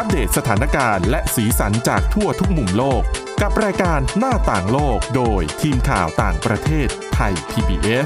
เดตสถานการณ์และสีสันจากทั่วทุกมุมโลกกับรายการหน้าต่างโลกโดยทีมข่าวต่างประเทศไทย PBS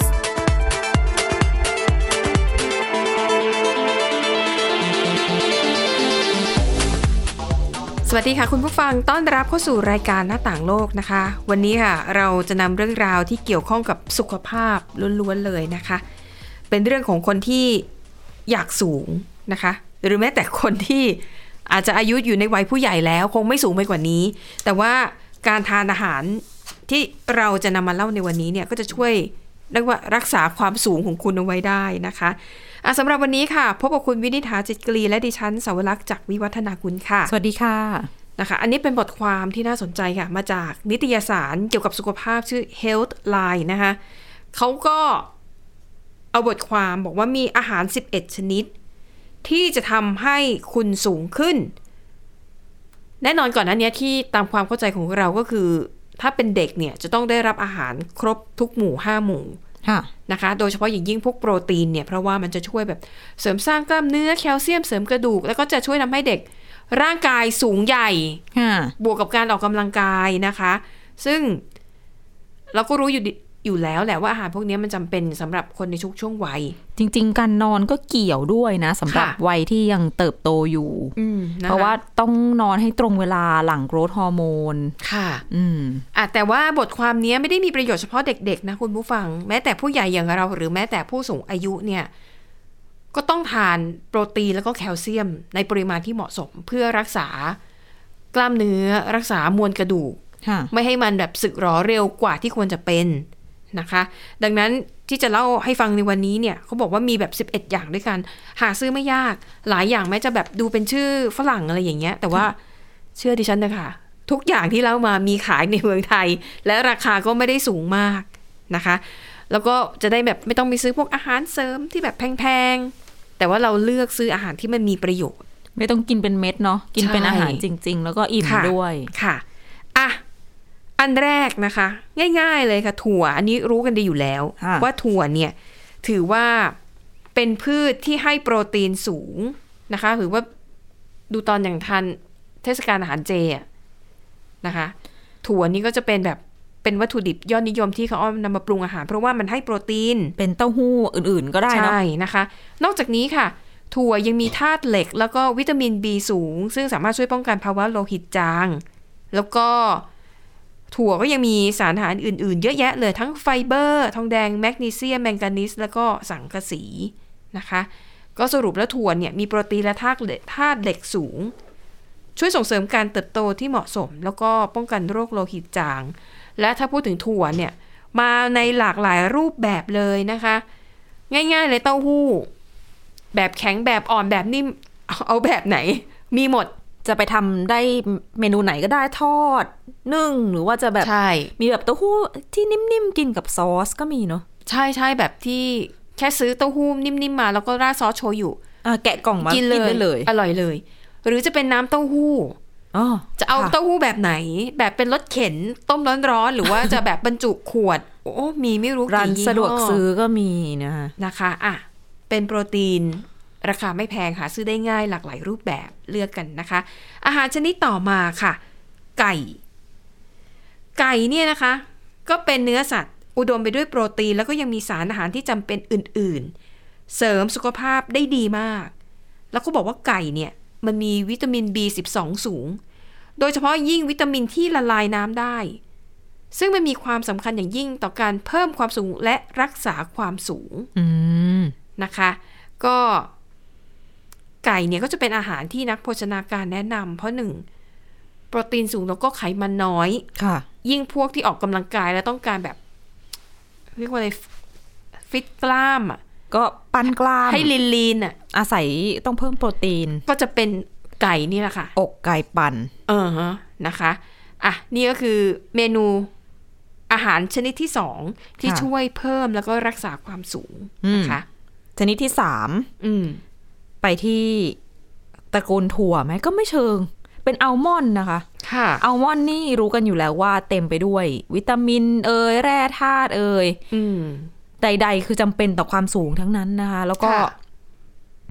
สวัสดีค่ะคุณผู้ฟังต้อนรับเข้าสู่รายการหน้าต่างโลกนะคะวันนี้ค่ะเราจะนำเรื่องราวที่เกี่ยวข้องกับสุขภาพล้วนๆเลยนะคะเป็นเรื่องของคนที่อยากสูงนะคะหรือแม้แต่คนที่อาจจะอายุอยู่ในวัยผู้ใหญ่แล้วคงไม่สูงไปกว่านี้แต่ว่าการทานอาหารที่เราจะนำมาเล่าในวันนี้เนี่ยก็จะช่วยเรียกว่ารักษาความสูงของคุณเอาไว้ได้นะคะสำหรับวันนี้ค่ะพบกับคุณวินิษฐาจิตกรีและดิฉันสาวรักษ์จากวิวัฒนาคุณค่ะสวัสดีค่ะนะคะอันนี้เป็นบทความที่น่าสนใจค่ะมาจากนิตยสารเกี่ยวกับสุขภาพชื่อ Healthline นะคะเขาก็เอาบทความบอกว่ามีอาหาร11ชนิดที่จะทำให้คุณสูงขึ้นแน่นอนก่อนหน้านี้ที่ตามความเข้าใจของเราก็คือถ้าเป็นเด็กเนี่ยจะต้องได้รับอาหารครบทุกหมู่5หมู่นะคะโดยเฉพาะอย่างยิ่งพวกโปรตีนเนี่ยเพราะว่ามันจะช่วยแบบเสริมสร้างกล้ามเนื้อแคลเซียมเสริมกระดูกแล้วก็จะช่วยทำให้เด็กร่างกายสูงใหญ่บวกกับการออกกำลังกายนะคะซึ่งเราก็รู้อยู่แล้วแหละว่าอาหารพวกนี้มันจำเป็นสำหรับคนในทุกช่วงวัยจริงๆการนอนก็เกี่ยวด้วยนะสำหรับวัยที่ยังเติบโตอยู่เพราะว่าต้องนอนให้ตรงเวลาหลังโกรทฮอร์โมนค่ะแต่ว่าบทความนี้ไม่ได้มีประโยชน์เฉพาะเด็กๆนะคุณผู้ฟังแม้แต่ผู้ใหญ่อย่างเราหรือแม้แต่ผู้สูงอายุเนี่ยก็ต้องทานโปรตีนแล้วก็แคลเซียมในปริมาณที่เหมาะสมเพื่อรักษากล้ามเนื้อรักษามวลกระดูกไม่ให้มันแบบสึกหรอเร็วกว่าที่ควรจะเป็นนะคะดังนั้นที่จะเล่าให้ฟังในวันนี้เนี่ยเขาบอกว่ามีแบบ11อย่างด้วยกันหาซื้อไม่ยากหลายอย่างแม้จะแบบดูเป็นชื่อฝรั่งอะไรอย่างเงี้ยแต่ว่าเชื่อดิฉันนะคะทุกอย่างที่เล่ามามีขายในเมืองไทยและราคาก็ไม่ได้สูงมากนะคะแล้วก็จะได้แบบไม่ต้องมีซื้อพวกอาหารเสริมที่แบบแพงๆแต่ว่าเราเลือกซื้ออาหารที่มันมีประโยชน์ไม่ต้องกินเป็นเม็ดเนาะกินเป็นอาหารจริงๆแล้วก็อิ่มด้วยค่ะอันแรกนะคะง่ายๆเลยค่ะถั่วอันนี้รู้กันดีอยู่แล้วว่าถั่วเนี่ยถือว่าเป็นพืชที่ให้โปรตีนสูงนะคะหรือว่าดูตอนอย่างทานเทศกาลอาหารเจนะคะถั่วนี้ก็จะเป็นแบบเป็นวัตถุดิบยอดนิยมที่เขาเอานำมาปรุงอาหารเพราะว่ามันให้โปรตีนเป็นเต้าหู้อื่นๆก็ได้เนาะใช่นะคะนอกจากนี้ค่ะถั่วยังมีธาตุเหล็กแล้วก็วิตามิน B สูงซึ่งสามารถช่วยป้องกันภาวะโลหิตจางแล้วก็ถั่วก็ยังมีสารอาหารอื่นๆเยอะแยะเลยทั้งไฟเบอร์ทองแดงแมกนีเซียมแมงกานีสแล้วก็สังกะสีนะคะก็สรุปแล้วถั่วเนี่ยมีโปรตีนและธาตุเหล็กสูงช่วยส่งเสริมการเติบโตที่เหมาะสมแล้วก็ป้องกันโรคโลหิตจางและถ้าพูดถึงถั่วเนี่ยมาในหลากหลายรูปแบบเลยนะคะง่ายๆเลยเต้าหู้แบบแข็งแบบอ่อนแบบนิ่มเอาแบบไหนมีหมดจะไปทำได้เมนูไหนก็ได้ทอดนึ่งหรือว่าจะแบบมีแบบเต้าหู้ที่นิ่มๆกินกับซอสก็มีเนาะใช่ๆแบบที่แค่ซื้อเต้าหู้นิ่มๆมาแล้วก็ราดซอสโชยุแกะกล่องมากินได้เลยอร่อยเลยหรือจะเป็นน้ำเต้าหู้จะเอาเต้าหู้แบบไหนแบบเป็นรสเข็นต้มร้อนๆหรือว่าจะแบบบรรจุขวดโอ้มีไม่รู้กี่ร้านสะดวกซื้อก็มีนะคะเป็นโปรตีนราคาไม่แพงหาซื้อได้ง่ายหลากหลายรูปแบบเลือกกันนะคะอาหารชนิดต่อมาค่ะไก่เนี่ยนะคะก็เป็นเนื้อสัตว์อุดมไปด้วยโปรตีนแล้วก็ยังมีสารอาหารที่จำเป็นอื่นๆเสริมสุขภาพได้ดีมากแล้วก็บอกว่าไก่เนี่ยมันมีวิตามิน B12 สูงโดยเฉพาะยิ่งวิตามินที่ละลายน้ำได้ซึ่งมันมีความสำคัญอย่างยิ่งต่อการเพิ่มความสูงและรักษาความสูงนะคะก็ไก่เนี่ยก็จะเป็นอาหารที่นักโภชนาการแนะนำเพราะ1โปรตีนสูงแล้วก็ไขมันน้อยยิ่งพวกที่ออกกำลังกายแล้วต้องการแบบเรียกว่าอะไรฟิตกล้ามก็ปั้นกล้ามให้ลีนอาศัยต้องเพิ่มโปรตีนก็จะเป็นไก่นี่แหละค่ะอกไก่ปั่นนะคะนี่ก็คือเมนูอาหารชนิดที่2ที่ช่วยเพิ่มแล้วก็รักษาความสูงนะคะชนิดที่3ไปที่ตระกูลถั่วไหมก็ไม่เชิงเป็นอัลมอนด์นะคะอัลมอนด์นี่รู้กันอยู่แล้วว่าเต็มไปด้วยวิตามินแร่ธาตุใดๆคือจำเป็นต่อความสูงทั้งนั้นนะคะแล้วก็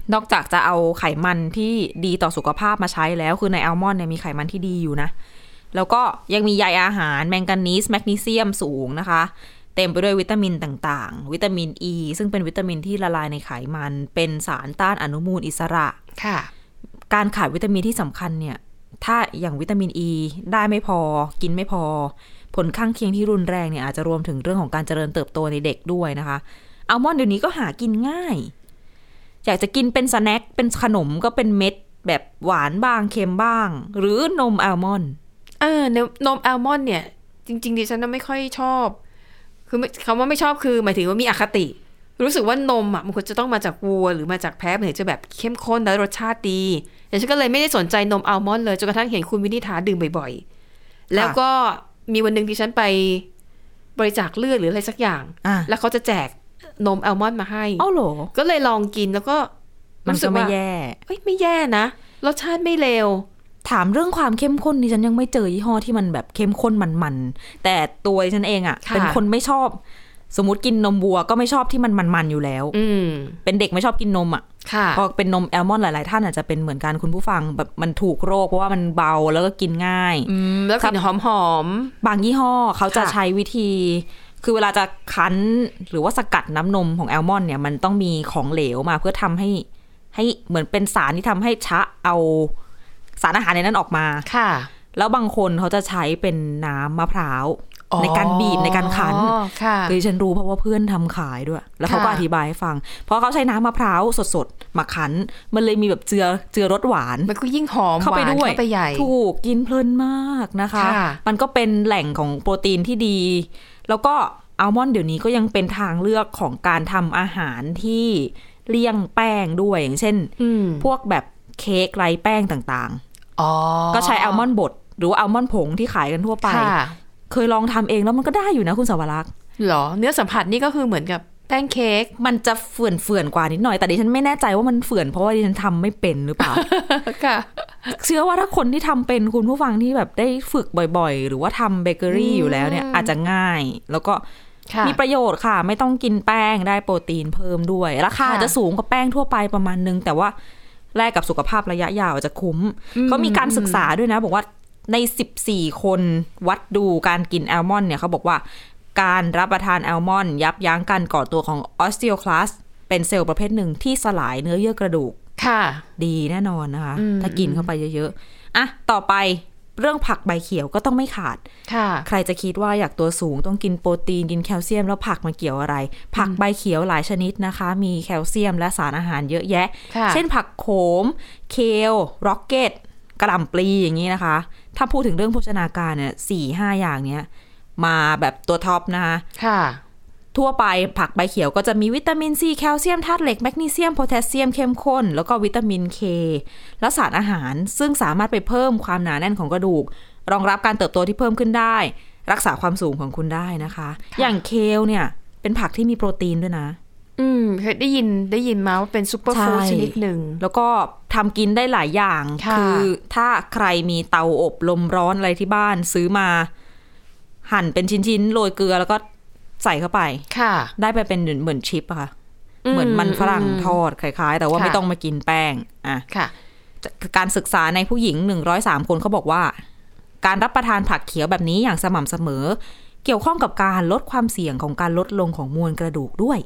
นอกจากจะเอาไขมันที่ดีต่อสุขภาพมาใช้แล้วคือในอัลมอนด์เนี่ยมีไขมันที่ดีอยู่นะแล้วก็ยังมีใยอาหารแมงกานีสแมกนีเซียมสูงนะคะเต็มไปด้วยวิตามินต่างๆวิตามินอ e, ีซึ่งเป็นวิตามินที่ละลายในไขมันเป็นสารต้านอนุมูลอิสระค่ะการขาดวิตามินที่สำคัญเนี่ยถ้าอย่างวิตามินอ e ีได้ไม่พอกินไม่พอผลข้างเคียงที่รุนแรงเนี่ยอาจจะรวมถึงเรื่องของการเจริญเติบโตในเด็กด้วยนะคะอัลมอนด์เดี๋ยวนี้ก็หากินง่ายอยากจะกินเป็นสแน็คเป็นขนมก็เป็นเม็ดแบบหวานบ้างเค็มบ้างหรือนมอัลมอนด์นมอัลมอนด์เนี่ยจริงๆดิฉันไม่ค่อยชอบคือคำว่าไม่ชอบคือหมายถึงว่ามีอคติรู้สึกว่านมอ่ะมันควรจะต้องมาจากวัวหรือมาจากแพะมันถึงจะแบบเข้มข้นและรสชาติดีแต่ฉันก็เลยไม่ได้สนใจนมอัลมอนด์เลยจนกระทั่งเห็นคุณวินิธาดื่มบ่อยๆแล้วก็มีวันนึงที่ฉันไปบริจาคเลือดหรืออะไรสักอย่างแล้วเขาจะแจกนมอัลมอนด์มาให้อ้าวเหรอก็เลยลองกินแล้วก็มันก็ไม่แย่ไม่แย่นะรสชาติไม่เลวถามเรื่องความเข้มข้นดิฉันยังไม่เจอยี่ห้อที่มันแบบเข้มข้นมันๆแต่ตัวฉันเองอ่ะเป็นคนไม่ชอบสมมติกินนมวัวก็ไม่ชอบที่มันอยู่แล้วเป็นเด็กไม่ชอบกินนมอ่ะพอเป็นนมแอลมอนด์หลายๆท่านอาจจะเป็นเหมือนกันคุณผู้ฟังแบบมันถูกโรคเพราะว่ามันเบาแล้วก็กินง่ายแล้วกลิ่นหอมบางยี่ห้อเขาจะใช้วิธีคือเวลาจะคั้นหรือว่าสกัดน้ำนมของแอลมอนด์เนี่ยมันต้องมีของเหลวมาเพื่อทำให้เหมือนเป็นสารที่ทำให้ชะเอาสารอาหารในนั้นออกมาค่ะแล้วบางคนเขาจะใช้เป็นน้ำมะพร้าวในการบีบในการคั้นคือฉันรู้เพราะว่าเพื่อนทำขายด้วยแล้วเขาก็อธิบายให้ฟังเพราะเขาใช้น้ำมะพร้าวสดๆมาคั้นมันเลยมีแบบเจือรสหวานมันก็ยิ่งหอมเข้าไปด้วยเข้าไปใหญ่ถูกกินเพลินมากนะคะมันก็เป็นแหล่งของโปรตีนที่ดีแล้วก็อัลมอนด์เดี๋ยวนี้ก็ยังเป็นทางเลือกของการทำอาหารที่เลี่ยงแป้งด้วยอย่างเช่นพวกแบบเค้กไร้แป้งต่างๆก็ใช้อัลมอนด์บดหรือว่าอัลมอนด์ผงที่ขายกันทั่วไปเคยลองทำเองแล้วมันก็ได้อยู่นะคุณสาวรักษ์หรอเนื้อสัมผัสนี่ก็คือเหมือนกับแป้งเค้กมันจะเฟื่อนกว่านิดหน่อยแต่ดิฉันไม่แน่ใจว่ามันเฟื่อนเพราะว่าดิฉันทำไม่เป็นหรือเปล่าค่ะเชื่อว่าถ้าคนที่ทำเป็นคุณผู้ฟังที่แบบได้ฝึกบ่อยๆหรือว่าทำเบเกอรี่อยู่แล้วเนี่ยอาจจะง่ายแล้วก็มีประโยชน์ค่ะไม่ต้องกินแป้งได้โปรตีนเพิ่มด้วยราคาจะสูงกว่าแป้งทั่วไปประมาณนึงแต่ว่าแลกกับสุขภาพระยะยาวจะคุ้มเขามีการศึกษาด้วยนะบอกว่าใน14คนวัดดูการกินแอลมอนด์เนี่ยเขาบอกว่าการรับประทานแอลมอนด์ยับยั้งการก่อตัวของออสติโอคลาสเป็นเซลล์ประเภทหนึ่งที่สลายเนื้อเยื่อกระดูกค่ะดีแน่นอนนะคะถ้ากินเข้าไปเยอะๆอ่ะต่อไปเรื่องผักใบเขียวก็ต้องไม่ขาดใครจะคิดว่าอยากตัวสูงต้องกินโปรตีนกินแคลเซียมแล้วผักมันเกี่ยวอะไรผักใบเขียวหลายชนิดนะคะมีแคลเซียมและสารอาหารเยอะแยะเช่นผักโขมเคลร็อกเก็ตกระหล่ำปลีอย่างนี้นะคะถ้าพูดถึงเรื่องโภชนาการเนี่ย 4-5 อย่างเนี้ยมาแบบตัวท็อปนะคะทั่วไปผักใบเขียวก็จะมีวิตามินซีแคลเซียมธาตุเหล็กแมกนีเซียมโพแทสเซียมเข้มข้นแล้วก็วิตามินเคและสารอาหารซึ่งสามารถไปเพิ่มความหนาแน่นของกระดูกรองรับการเติบโตที่เพิ่มขึ้นได้รักษาความสูงของคุณได้นะคะอย่างเคลเนี่ยเป็นผักที่มีโปรตีนด้วยนะเคยได้ยินมาว่าเป็นซุปเปอร์ฟู้ดชนิดหนึ่งแล้วก็ทำกินได้หลายอย่างคือถ้าใครมีเตาอบลมร้อนอะไรที่บ้านซื้อมาหั่นเป็นชิ้นๆโรยเกลือแล้วก็ใส่เข้าไปได้ไปเป็นเหมือนชิปอะค่ะเหมือนมันฝรั่งทอดคล้ายๆแต่ว่าไม่ต้องมากินแป้งการศึกษาในผู้หญิง103คนเขาบอกว่าการรับประทานผักเขียวแบบนี้อย่างสม่ำเสมอเกี่ยวข้องกับการลดความเสี่ยงของการลดลงของมวลกระดูกด้วย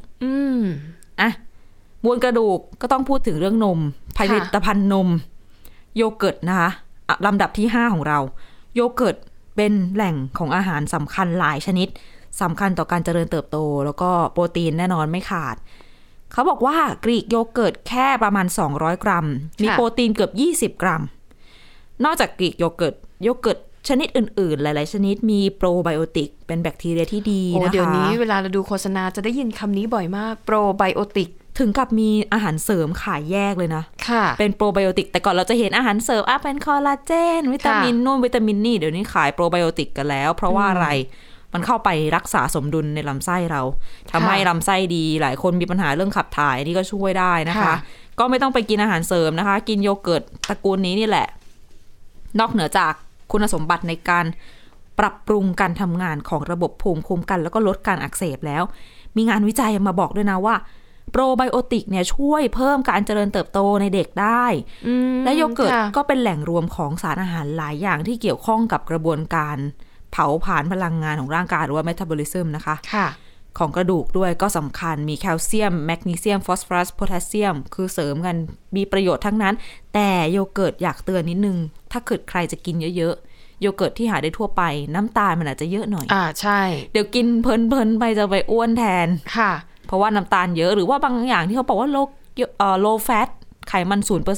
มวลกระดูกก็ต้องพูดถึงเรื่องนมผลิตภัณฑ์นมโยเกิร์ตนะคะลำดับที่5ของเราโยเกิร์ตเป็นแหล่งของอาหารสำคัญหลายชนิดสำคัญต่อการเจริญเติบโตแล้วก็โปรตีนแน่นอนไม่ขาดเขาบอกว่ากรีกโยเกิร์ตแค่ประมาณ200กรัมมีโปรตีนเกือบ20กรัมนอกจากกรีกโยเกิร์ตชนิดอื่นๆหลายๆชนิดมีโปรไบโอติกเป็นแบคทีเรียที่ดีนะคะเดี๋ยวนี้เวลาเราดูโฆษณาจะได้ยินคำนี้บ่อยมากโปรไบโอติกถึงกับมีอาหารเสริมขายแยกเลยนะเป็นโปรไบโอติกแต่ก่อนเราจะเห็นอาหารเสริมเป็นคอลลาเจนวิตามินนู่นวิตามินนี่เดี๋ยวนี้ขายโปรไบโอติกกันแล้วเพราะว่าอะไรมันเข้าไปรักษาสมดุลในลำไส้เราทำให้ลำไส้ดีหลายคนมีปัญหาเรื่องขับถ่ายนี่ก็ช่วยได้นะคะก็ไม่ต้องไปกินอาหารเสริมนะคะกินโยเกิร์ตตระกูลนี้นี่แหละนอกเหนือจากคุณสมบัติในการปรับปรุงการทำงานของระบบภูมิคุ้มกันแล้วก็ลดการอักเสบแล้วมีงานวิจัยมาบอกด้วยนะว่าโปรไบโอติกเนี่ยช่วยเพิ่มการเจริญเติบโตในเด็กได้และโยเกิร์ตก็เป็นแหล่งรวมของสารอาหารหลายอย่างที่เกี่ยวข้องกับกระบวนการเผาผลาญพลังงานของร่างกายหรือว่าเมตาบอลิซึมนะคะของกระดูกด้วยก็สำคัญมีแคลเซียมแมกนีเซียมฟอสฟอรัสโพแทสเซียมคือเสริมกันมีประโยชน์ทั้งนั้นแต่โยเกิร์ตอยากเตือนนิดนึงถ้าเกิดใครจะกินเยอะๆโยเกิร์ตที่หาได้ทั่วไปน้ำตาลมันอาจจะเยอะหน่อยใช่เดี๋ยวกินเพลินๆไปจะไปอ้วนแทนค่ะเพราะว่าน้ำตาลเยอะหรือว่าบางอย่างที่เขาบอกว่าlow fat ไขมัน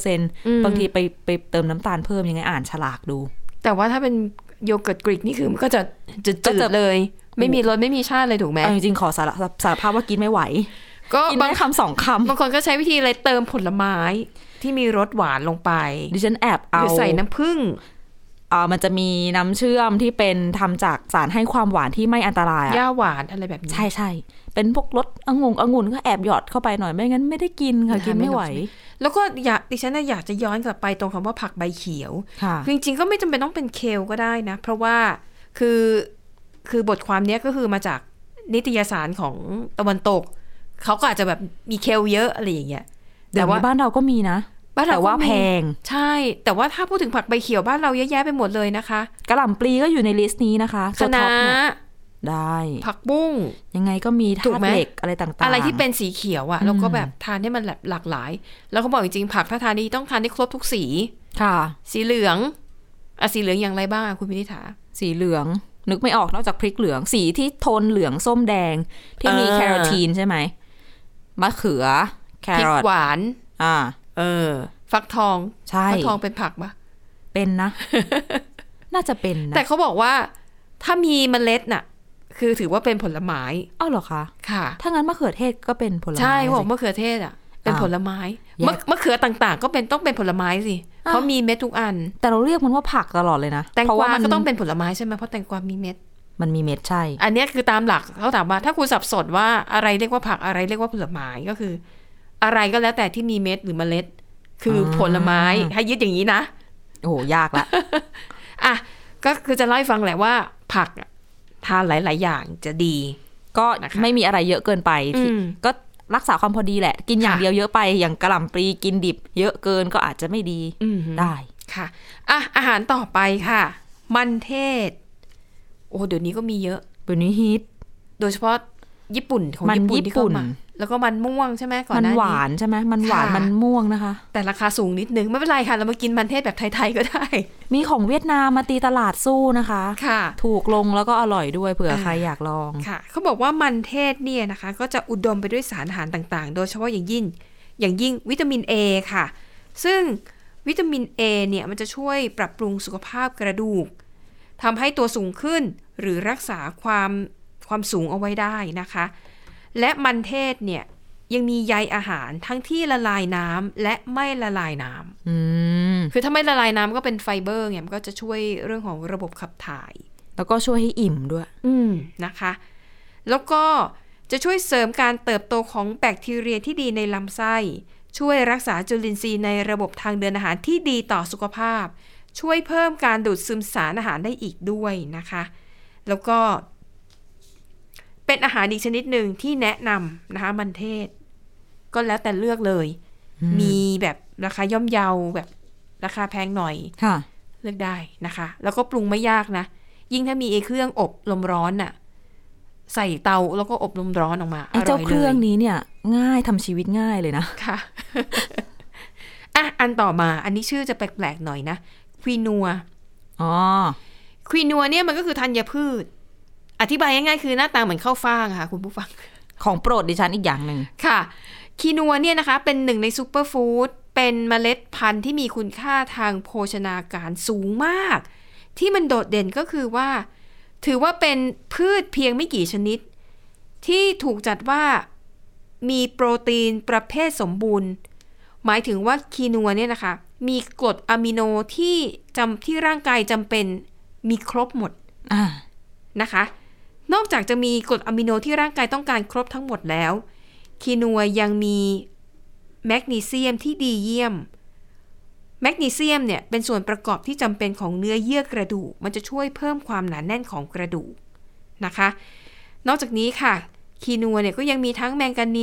0% บางทีไปเติมน้ำตาลเพิ่มยังไงอ่านฉลากดูแต่ว่าถ้าเป็นโยเกิร์ตกรีกนี่คือมันก็จะจืดๆเลยไม่มีรสไม่มีชาติเลยถูกไหมจริงๆขอสารภาพว่ากินไม่ไหวก็กินได้คำ2 คำบางคนก็ใช้วิธีอะไรเติมผลไม้ที่มีรสหวานลงไปดิฉันแอบเอาหรือใส่น้ำผึ้งมันจะมีน้ำเชื่อมที่เป็นทำจากสารให้ความหวานที่ไม่อันตรายย่าหวานอะไรแบบนี้ใช่ๆเป็นพวกรสองุ่นก็แอบหยอดเข้าไปหน่อยไม่งั้นไม่ได้กินค่ะกินไม่ไหวแล้วก็ดิฉันอยากจะย้อนกลับไปตรงคำว่าผักใบเขียวจริงๆก็ไม่จำเป็นต้องเป็นเคลก็ได้นะเพราะว่าคือบทความนี้ก็คือมาจากนิตยสารของตะวันตกเขาก็อาจจะแบบมีเคลเยอะอะไรอย่างเงี้ยแต่ว่าบ้านเราก็มีนะแต่ว่าแพงใช่แต่ว่าถ้าพูดถึงผักใบเขียวบ้านเราเยอะแยะไปหมดเลยนะคะกะหล่ำปลีก็อยู่ในลิสต์นี้นะคะคะน้าได้ผักบุ้งยังไงก็มีธาตุเหล็กอะไรต่างๆอะไรที่เป็นสีเขียวอ่ะแล้วก็แบบทานให้มันหลากหลายแล้วเขาบอกจริงๆผักถ้าทานนี้ต้องทานให้ครบทุกสีค่ะสีเหลืองสีเหลืองอย่างไรบ้างคุณพินิธาสีเหลืองนึกไม่ออกนอกจากพริกเหลืองสีที่โทนเหลืองส้มแดงที่มีแคโรทีนใช่ไหมมะเขือแครอทหวานฟักทองใช่ฟักทองเป็นผักปะเป็นนะ น่าจะเป็นนะแต่เขาบอกว่าถ้ามีเมล็ดน่ะคือถือว่าเป็นผลไม้อ้าวเหรอคะค่ะถ้างั้นมะเขือเทศก็เป็นผลไม้ใช่บอกมะเขือเทศเป็นผลไม้มะเขือต่างๆก็ต้องเป็นผลไม้สิเพราะมีเม็ดทุกอันแต่เราเรียกมันว่าผักตลอดเลยนะแตงกวาก็ต้องเป็นผลไม้ใช่ไหมเพราะแตงกวามีเม็ดมันมีเม็ดใช่อันนี้คือตามหลักเขาถามว่าถ้าคุณสับสนว่าอะไรเรียกว่าผักอะไรเรียกว่าผลไม้ก็คืออะไรก็แล้วแต่ที่มีเม็ดหรือเมล็ดคือผลไม้ให้ยึดอย่างนี้นะโอ้ยากละอ่ะก็คือจะเล่าให้ฟังแหละว่าผักทานหลายๆอย่างจะดีก็ไม่มีอะไรเยอะเกินไปก็รักษาความพอดีแหละกินอย่างเดียวเยอะไปอย่างกะหล่ำปลีกินดิบเยอะเกินก็อาจจะไม่ดีได้ค่ะอ่ะอาหารต่อไปค่ะมันเทศโอ้เดี๋ยวนี้ก็มีเยอะเดี๋ยวนี้ฮิตโดยเฉพาะญี่ปุ่นของญี่ปุ่นที่เข้ามาแล้วก็มันม่วงใช่ไหมก่อนหน้านี้มันหวานใช่ไหมมันหวานมันม่วงนะคะแต่ราคาสูงนิดนึงไม่เป็นไรค่ะเรามากินมันเทศแบบไทยๆก็ได้มีของเวียดนามมาตีตลาดสู้นะคะค่ะถูกลงแล้วก็อร่อยด้วยเผื่อใครอยากลองค่ะเขาบอกว่ามันเทศเนี่ยนะคะก็จะอุดมไปด้วยสารอาหารต่างๆโดยเฉพาะอย่างยิ่งวิตามิน A ค่ะซึ่งวิตามิน A เนี่ยมันจะช่วยปรับปรุงสุขภาพกระดูกทำให้ตัวสูงขึ้นหรือรักษาความสูงเอาไว้ได้นะคะและมันเทศเนี่ยยังมีใยอาหารทั้งที่ละลายน้ำและไม่ละลายน้ำคือถ้าไม่ละลายน้ำก็เป็นไฟเบอร์เนี่ยมันก็จะช่วยเรื่องของระบบขับถ่ายแล้วก็ช่วยให้อิ่มด้วยนะคะแล้วก็จะช่วยเสริมการเติบโตของแบคทีเรียที่ดีในลำไส้ช่วยรักษาจุลินทรีย์ในระบบทางเดินอาหารที่ดีต่อสุขภาพช่วยเพิ่มการดูดซึมสารอาหารได้อีกด้วยนะคะแล้วก็เป็นอาหารอีกชนิดหนึ่งที่แนะนำนะคะมันเทศก็แล้วแต่เลือกเลยมีแบบราคาย่อมเยาแบบราคาแพงหน่อยเลือกได้นะคะแล้วก็ปรุงไม่ยากนะยิ่งถ้ามีเครื่องอบลมร้อนน่ะใส่เตาแล้วก็อบลมร้อนออกมาอร่อยเลยเจ้าเครื่องนี้เนี่ยง่ายทำชีวิตง่ายเลยนะค่ะอ่ะอันต่อมาอันนี้ชื่อจะแปลกๆหน่อยนะควีนัวควีนัวเนี่ยมันก็คือธัญพืชอธิบายง่ายๆคือหน้าตาเหมือนข้าวฟ่างค่ะคุณผู้ฟังของโปรดดิฉันอีกอย่างหนึ่งค่ะคีนัวเนี่ยนะคะเป็นหนึ่งในซูเปอร์ฟู้ดเป็นเมล็ดพันธุ์ที่มีคุณค่าทางโภชนาการสูงมากที่มันโดดเด่นก็คือว่าถือว่าเป็นพืชเพียงไม่กี่ชนิดที่ถูกจัดว่ามีโปรตีนประเภทสมบูรณ์หมายถึงว่าคีนัวเนี่ยนะคะมีกรดอะมิโนที่ร่างกายจำเป็นมีครบหมดนะคะนอกจากจะมีกรดอะมิโนที่ร่างกายต้องการครบทั้งหมดแล้วคีนัวยังมีแมกนีเซียมที่ดีเยี่ยมแมกนีเซียมเนี่ยเป็นส่วนประกอบที่จำเป็นของเนื้อเยื่อกระดูกมันจะช่วยเพิ่มความหนาแน่นของกระดูกนะคะนอกจากนี้ค่ะคีนัวเนี่ยก็ยังมีทั้งแมงกานีส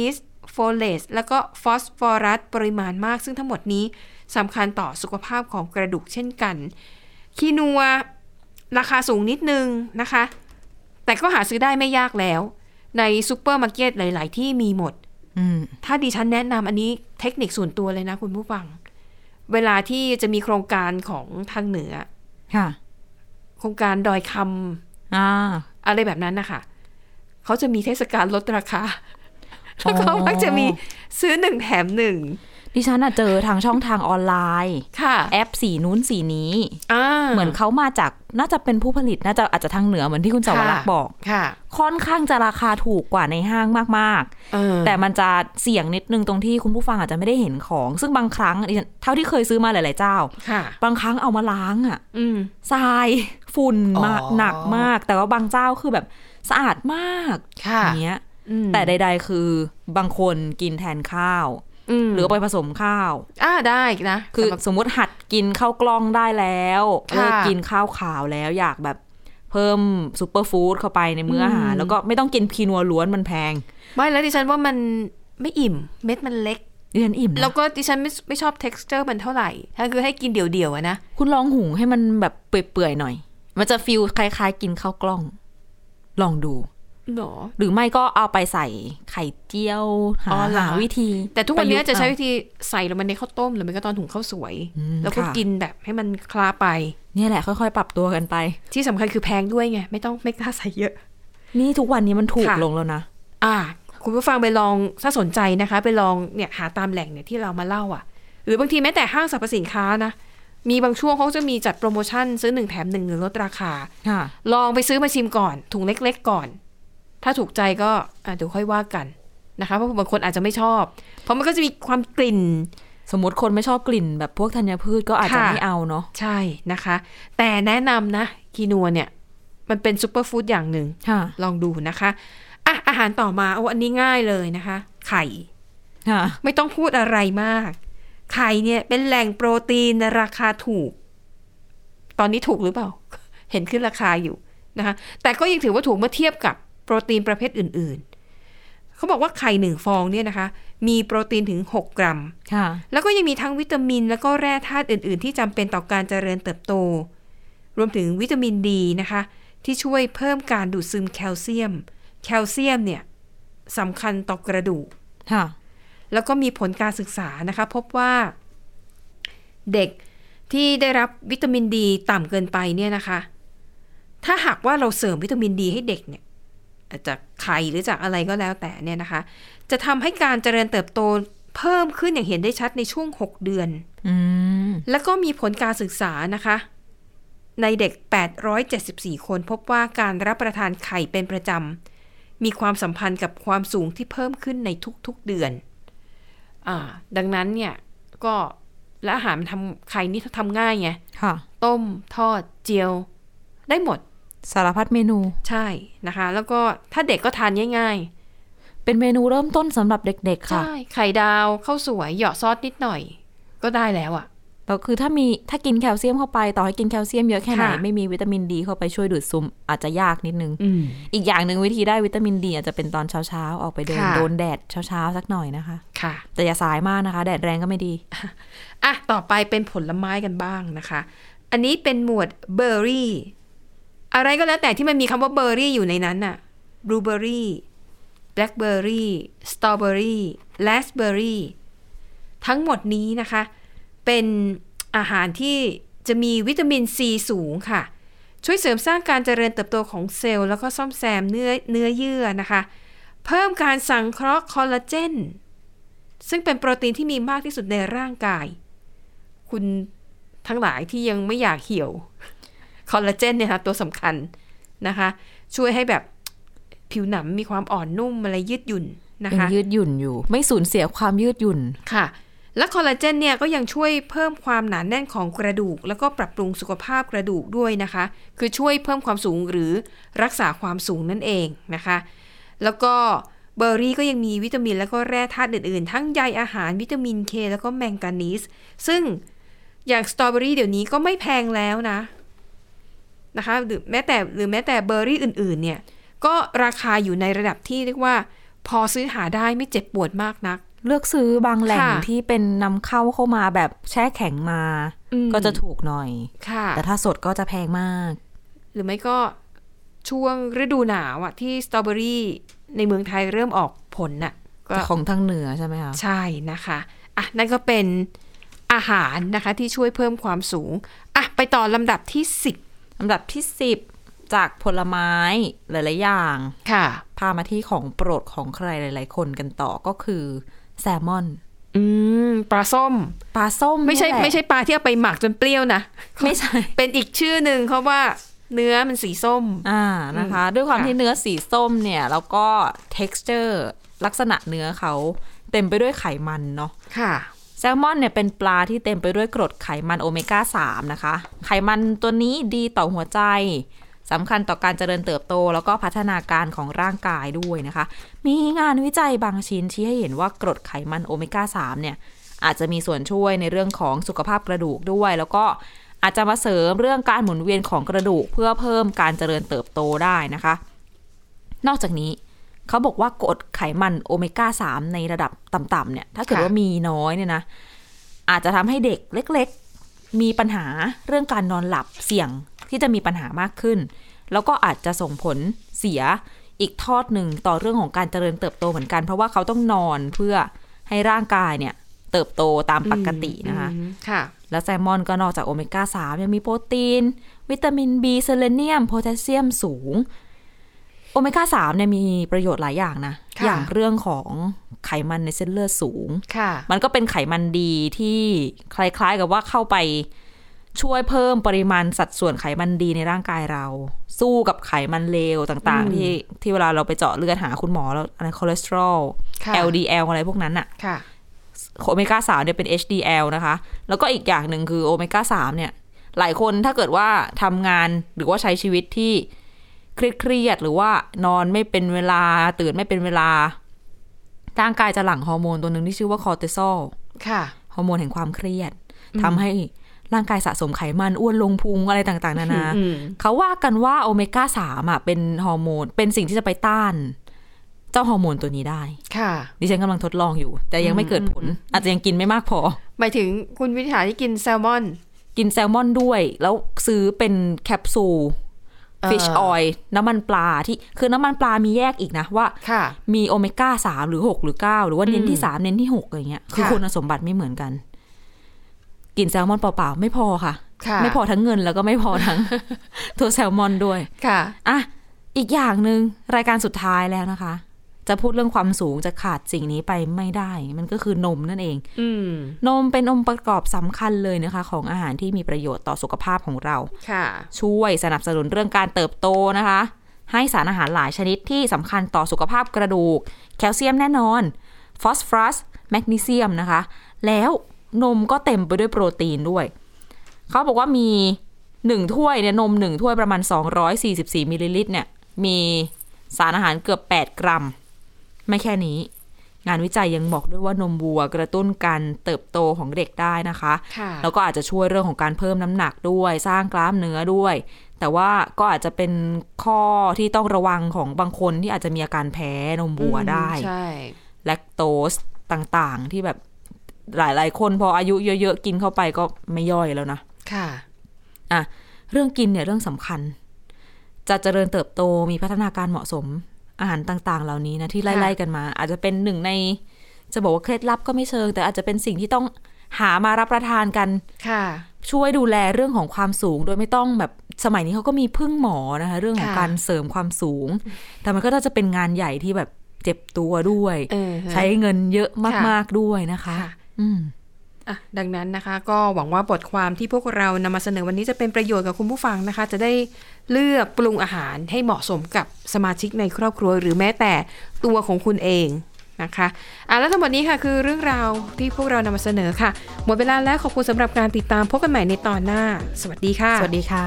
โฟเลตแล้วก็ฟอสฟอรัสปริมาณมากซึ่งทั้งหมดนี้สำคัญต่อสุขภาพของกระดูกเช่นกันคีนัวราคาสูงนิดนึงนะคะแต่ก็หาซื้อได้ไม่ยากแล้วในซูเปอร์มาร์เก็ตหลายๆที่มีหมดถ้าดิฉันแนะนำอันนี้เทคนิคส่วนตัวเลยนะคุณผู้ฟังเวลาที่จะมีโครงการของทางเหนือโครงการดอยคำอะไรแบบนั้นนะคะเขาจะมีเทศกาลลดราคาแล้วเขามักจะมีซื้อ1แถม1 ดิฉันเจอทางช่องทางออนไลน์แอปสีนู้นสีนี้เหมือนเขามาจากน่าจะเป็นผู้ผลิตน่าจะอาจจะทางเหนือเหมือนที่คุณสวรักษ์บอกค่อนข้างจะราคาถูกกว่าในห้างมากๆแต่มันจะเสี่ยงนิดนึงตรงที่คุณผู้ฟังอาจจะไม่ได้เห็นของซึ่งบางครั้งเท่าที่เคยซื้อมาหลายๆเจ้าบางครั้งเอามาล้างทรายฝุ่นมาหนักมากแต่ว่าบางเจ้าคือแบบสะอาดมากอย่างเงี้ยแต่ใดๆคือบางคนกินแทนข้าวหรือไปผสมข้าวได้นะคือสมมติหัดกินข้าวกล้องได้แล้วเลิกกินข้าวขาวแล้วอยากแบบเพิ่มซุปเปอร์ฟู้ดเข้าไปในมื้ออาหารแล้วก็ไม่ต้องกินคีนัวล้วนมันแพงไม่แล้วดิฉันว่ามันไม่อิ่มเม็ดมันเล็กดิฉันอิ่มแล้วก็ดิฉันไม่ชอบ texture มันเท่าไหร่ถ้าคือให้กินเดี่ยวๆนะคุณลองหุงให้มันแบบเปื่อยๆหน่อยมันจะฟีลคล้ายๆกินข้าวกล้องลองดูหรือไม่ก็เอาไปใส่ไข่เจียวหาวิธีแต่ทุกวันนี้จะใช้วิธีใส่ลงมาในข้าวต้มหรือไม่ก็ตอนถุงข้าวสวยแล้วก็กินแบบให้มันคลาไปเนี่ยแหละค่อยๆปรับตัวกันไปที่สำคัญคือแพงด้วยไงไม่กล้าใส่เยอะนี่ทุกวันนี้มันถูกลงแล้วนะคุณผู้ฟังไปลองถ้าสนใจนะคะไปลองเนี่ยหาตามแหล่งเนี่ยที่เรามาเล่าหรือบางทีแม้แต่ห้างสรรพสินค้านะมีบางช่วงเขาจะมีจัดโปรโมชั่นซื้อ1แถม1หรือลดราคาลองไปซื้อมาชิมก่อนถุงเล็กๆก่อนถ้าถูกใจก็เดี๋ยวค่อยว่ากันนะคะเพราะบางคนอาจจะไม่ชอบเพราะมันก็จะมีความกลิ่นสมมติคนไม่ชอบกลิ่นแบบพวกธัญพืชก็อาจจะไม่เอาเนาะใช่นะคะแต่แนะนำนะคีนัวเนี่ยมันเป็นซุปเปอร์ฟู้ดอย่างหนึ่งลองดูนะคะอาหารต่อมาอันนี้ง่ายเลยนะคะไข่ไม่ต้องพูดอะไรมากไข่เนี่ยเป็นแหล่งโปรตีนราคาถูกตอนนี้ถูกหรือเปล่าเห็นขึ้นราคาอยู่นะคะแต่ก็ยังถือว่าถูกเมื่อเทียบกับโปรตีนประเภทอื่นๆเขาบอกว่าไข่1ฟองเนี่ยนะคะมีโปรตีนถึง6 กรัมแล้วก็ยังมีทั้งวิตามินแล้วก็แร่ธาตุอื่นๆที่จำเป็นต่อการเจริญเติบโตรวมถึงวิตามินดีนะคะที่ช่วยเพิ่มการดูดซึมแคลเซียมเนี่ยสำคัญต่อกระดูกแล้วก็มีผลการศึกษานะคะพบว่าเด็กที่ได้รับวิตามินดีต่ำเกินไปเนี่ยนะคะถ้าหากว่าเราเสริมวิตามินดีให้เด็กเนี่ยจากไข่หรือจากอะไรก็แล้วแต่เนี่ยนะคะจะทำให้การเจริญเติบโตเพิ่มขึ้นอย่างเห็นได้ชัดในช่วง6 เดือนแล้วก็มีผลการศึกษานะคะในเด็ก874 คนพบว่าการรับประทานไข่เป็นประจำมีความสัมพันธ์กับความสูงที่เพิ่มขึ้นในทุกๆเดือนดังนั้นเนี่ยก็และอาหารมันทำไข่นี่ทำง่ายไงต้มทอดเจียวได้หมดสารพัดเมนูใช่นะคะแล้วก็ถ้าเด็กก็ทานง่ายๆเป็นเมนูเริ่มต้นสำหรับเด็กๆค่ะใช่ไข่ดาวข้าวสวยเหยาะซอสนิดหน่อยก็ได้แล้วแล้วคือถ้ากินแคลเซียมเข้าไปต่อให้กินแคลเซียมเยอะแค่ไหนไม่มีวิตามินดีเข้าไปช่วยดูดซึมอาจจะยากนิดนึงอีกอย่างนึงวิธีได้วิตามินดีอาจจะเป็นตอนเช้าๆออกไปเดินโดนแดดเช้าๆสักหน่อยนะคะค่ะแต่อย่าสายมากนะคะแดดแรงก็ไม่ดีต่อไปเป็นผลไม้กันบ้างนะคะอันนี้เป็นหมวดเบอร์รี่อะไรก็แล้วแต่ที่มันมีคำว่าเบอร์รี่อยู่ในนั้นน่ะบลูเบอร์รี่แบล็คเบอร์รี่สตรอเบอร์รี่ราสเบอร์รี่ทั้งหมดนี้นะคะเป็นอาหารที่จะมีวิตามินซีสูงค่ะช่วยเสริมสร้างการเจริญเติบโตของเซลล์แล้วก็ซ่อมแซมเนื้อเยื่อนะคะเพิ่มการสังเคราะห์คอลลาเจนซึ่งเป็นโปรตีนที่มีมากที่สุดในร่างกายคุณทั้งหลายที่ยังไม่อยากเหี่ยวคอลลาเจนเนี่ยค่ะตัวสำคัญนะคะช่วยให้แบบผิวหนังมีความอ่อนนุ่มอะไรยืดหยุ่นนะคะยืดหยุ่นอยู่ไม่สูญเสียความยืดหยุ่นค่ะและคอลลาเจนเนี่ยก็ยังช่วยเพิ่มความหนาแน่นของกระดูกแล้วก็ปรับปรุงสุขภาพกระดูกด้วยนะคะคือช่วยเพิ่มความสูงหรือรักษาความสูงนั่นเองนะคะแล้วก็เบอร์รี่ก็ยังมีวิตามินแล้วก็แร่ธาตุอื่นๆทั้งใยอาหารวิตามินเคแล้วก็แมงกานีสซึ่งอย่างสตรอเบอรี่เดี๋ยวนี้ก็ไม่แพงแล้วนะคะหรือแม้แต่เบอร์รี่อื่นๆเนี่ยก็ราคาอยู่ในระดับที่เรียกว่าพอซื้อหาได้ไม่เจ็บปวดมากนักเลือกซื้อบางแหล่งที่เป็นนำเข้ามาแบบแช่แข็งมาก็จะถูกหน่อยแต่ถ้าสดก็จะแพงมากหรือไม่ก็ช่วงฤดูหนาวอ่ะที่สตรอเบอรี่ในเมืองไทยเริ่มออกผลน่ะก็ของทางเหนือใช่ไหมคะใช่นะคะอ่ะนั่นก็เป็นอาหารนะคะที่ช่วยเพิ่มความสูงอ่ะไปต่อลำดับที่10 ลำดับที่10จากผลไม้หลายๆอย่างค่ะพามาที่ของโปรดของใครหลายๆคนกันต่อก็คือแซลมอนปลาส้มไม่ใช่ปลาที่เอาไปหมักจนเปรี้ยวนะไม่ใช่เป็นอีกชื่อหนึ่งเขาว่าเนื้อมันสีส้มนะคะด้วยความที่เนื้อสีส้มเนี่ยแล้วก็ texture ลักษณะเนื้อเขาเต็มไปด้วยไขมันเนาะค่ะแซลมอนเนี่ยเป็นปลาที่เต็มไปด้วยกรดไขมันโอเมก้า3นะคะไขมันตัวนี้ดีต่อหัวใจสำคัญต่อการเจริญเติบโตแล้วก็พัฒนาการของร่างกายด้วยนะคะมีงานวิจัยบางชิ้นชี้ให้เห็นว่ากรดไขมันโอเมก้า3เนี่ยอาจจะมีส่วนช่วยในเรื่องของสุขภาพกระดูกด้วยแล้วก็อาจจะมาเสริมเรื่องการหมุนเวียนของกระดูกเพื่อเพิ่มการเจริญเติบโตได้นะคะนอกจากนี้เขาบอกว่ากรดไขมันโอเมก้า3ในระดับต่ำๆเนี่ยถ้าเกิดว่ามีน้อยเนี่ยนะอาจจะทำให้เด็กเล็กๆมีปัญหาเรื่องการนอนหลับเสี่ยงที่จะมีปัญหามากขึ้นแล้วก็อาจจะส่งผลเสียอีกทอดหนึ่งต่อเรื่องของการเจริญเติบโตเหมือนกันเพราะว่าเขาต้องนอนเพื่อให้ร่างกายเนี่ยเติบโตตามปกตินะคะค่ะแล้วแซลมอนก็นอกจากโอเมก้า3ยังมีโปรตีนวิตามิน B เซเลเนียมโพแทสเซียมสูงโอเมก้า3เนี่ยมีประโยชน์หลายอย่างนะอย่างเรื่องของไขมันในเส้นเลือดสูงมันก็เป็นไขมันดีที่คล้ายๆกับว่าเข้าไปช่วยเพิ่มปริมาณสัดส่วนไขมันดีในร่างกายเราสู้กับไขมันเลวต่างๆที่เวลาเราไปเจาะเลือดหาคุณหมอแล้วอะไรคอเลสเตอรอล LDL อะไรพวกนั้นน่ะโอเมก้า3เนี่ยเป็น HDL นะคะแล้วก็อีกอย่างหนึ่งคือโอเมก้า3เนี่ยหลายคนถ้าเกิดว่าทำงานหรือว่าใช้ชีวิตที่เครียดหรือว่านอนไม่เป็นเวลาตื่นไม่เป็นเวลาร่างกายจะหลั่งฮอร์โมนตัวหนึ่งที่ชื่อว่าคอร์ติซอลฮอร์โมนแห่งความเครียดทำให้ร่างกายสะสมไขมันอ้วนลงพุงอะไรต่างๆนานาเขาว่ากันว่าโอเมก้า3อ่ะเป็นฮอร์โมนเป็นสิ่งที่จะไปต้านเจ้าฮอร์โมนตัวนี้ได้ค่ะดิฉันกำลังทดลองอยู่แต่ยังไม่เกิดผลอาจจะยังกินไม่มากพอหมายถึงคุณวิทยาที่กินแซลมอนด้วยแล้วซื้อเป็นแคปซูลfish oil น้ำมันปลาที่คือน้ำมันปลามีแยกอีกนะว่ามีโอเมก้า3หรือ6หรือ9หรือว่าเน้นที่3เน้นที่6อะไรเงี้ยคือคุณสมบัติไม่เหมือนกันกินแซลมอนเปล่าๆไม่พอค่ะไม่พอทั้งเงินแล้วก็ไม่พอทั้ง ตัวแซลมอนด้วยค่ะอ่ะอีกอย่างนึงรายการสุดท้ายแล้วนะคะจะพูดเรื่องความสูงจะขาดสิ่งนี้ไปไม่ได้มันก็คือนมนั่นเองนมเป็นองค์ประกอบสำคัญเลยนะคะของอาหารที่มีประโยชน์ต่อสุขภาพของเราช่วยสนับสนุนเรื่องการเติบโตนะคะให้สารอาหารหลายชนิดที่สำคัญต่อสุขภาพกระดูกแคลเซียมแน่นอนฟอสฟอรัสแมกนีเซียมนะคะแล้วนมก็เต็มไปด้วยโปรตีนด้วยเขาบอกว่ามี1ถ้วยเนี่ยนม1ถ้วยประมาณ244มิลลิลิตรเนี่ยมีสารอาหารเกือบ8กรัมไม่แค่นี้งานวิจัยยังบอกด้วยว่านมวัวกระตุ้นการเติบโตของเด็กได้นะคะแล้วก็อาจจะช่วยเรื่องของการเพิ่มน้ำหนักด้วยสร้างกล้ามเนื้อด้วยแต่ว่าก็อาจจะเป็นข้อที่ต้องระวังของบางคนที่อาจจะมีอาการแพ้นมวัวได้แลคโตสต่างๆที่แบบหลายๆคนพออายุเยอะๆกินเข้าไปก็ไม่ย่อยแล้วนะค่ะอ่ะเรื่องกินเนี่ยเรื่องสำคัญจะเจริญเติบโตมีพัฒนาการเหมาะสมอาหารต่างๆเหล่านี้นะที่ไล่ๆกันมาอาจจะเป็นหนึ่งในจะบอกว่าเคล็ดลับก็ไม่เชิงแต่อาจจะเป็นสิ่งที่ต้องหามารับประทานกันช่วยดูแลเรื่องของความสูงโดยไม่ต้องแบบสมัยนี้เขาก็มีพึ่งหมอนะคะเรื่องของการเสริมความสูงแต่มันก็จะเป็นงานใหญ่ที่แบบเจ็บตัวด้วยใช้เงินเยอะมากๆด้วยนะคะดังนั้นนะคะก็หวังว่าบทความที่พวกเรานำมาเสนอวันนี้จะเป็นประโยชน์กับคุณผู้ฟังนะคะจะได้เลือกปรุงอาหารให้เหมาะสมกับสมาชิกในครอบครัวหรือแม้แต่ตัวของคุณเองนะคะแล้วทั้งหมดนี้ค่ะคือเรื่องราวที่พวกเรานำมาเสนอค่ะหมดเวลาแล้วขอบคุณสำหรับการติดตามพบกันใหม่ในตอนหน้าสวัสดีค่ะสวัสดีค่ะ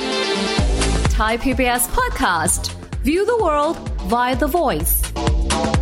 Thai PBS Podcast View the world via the voice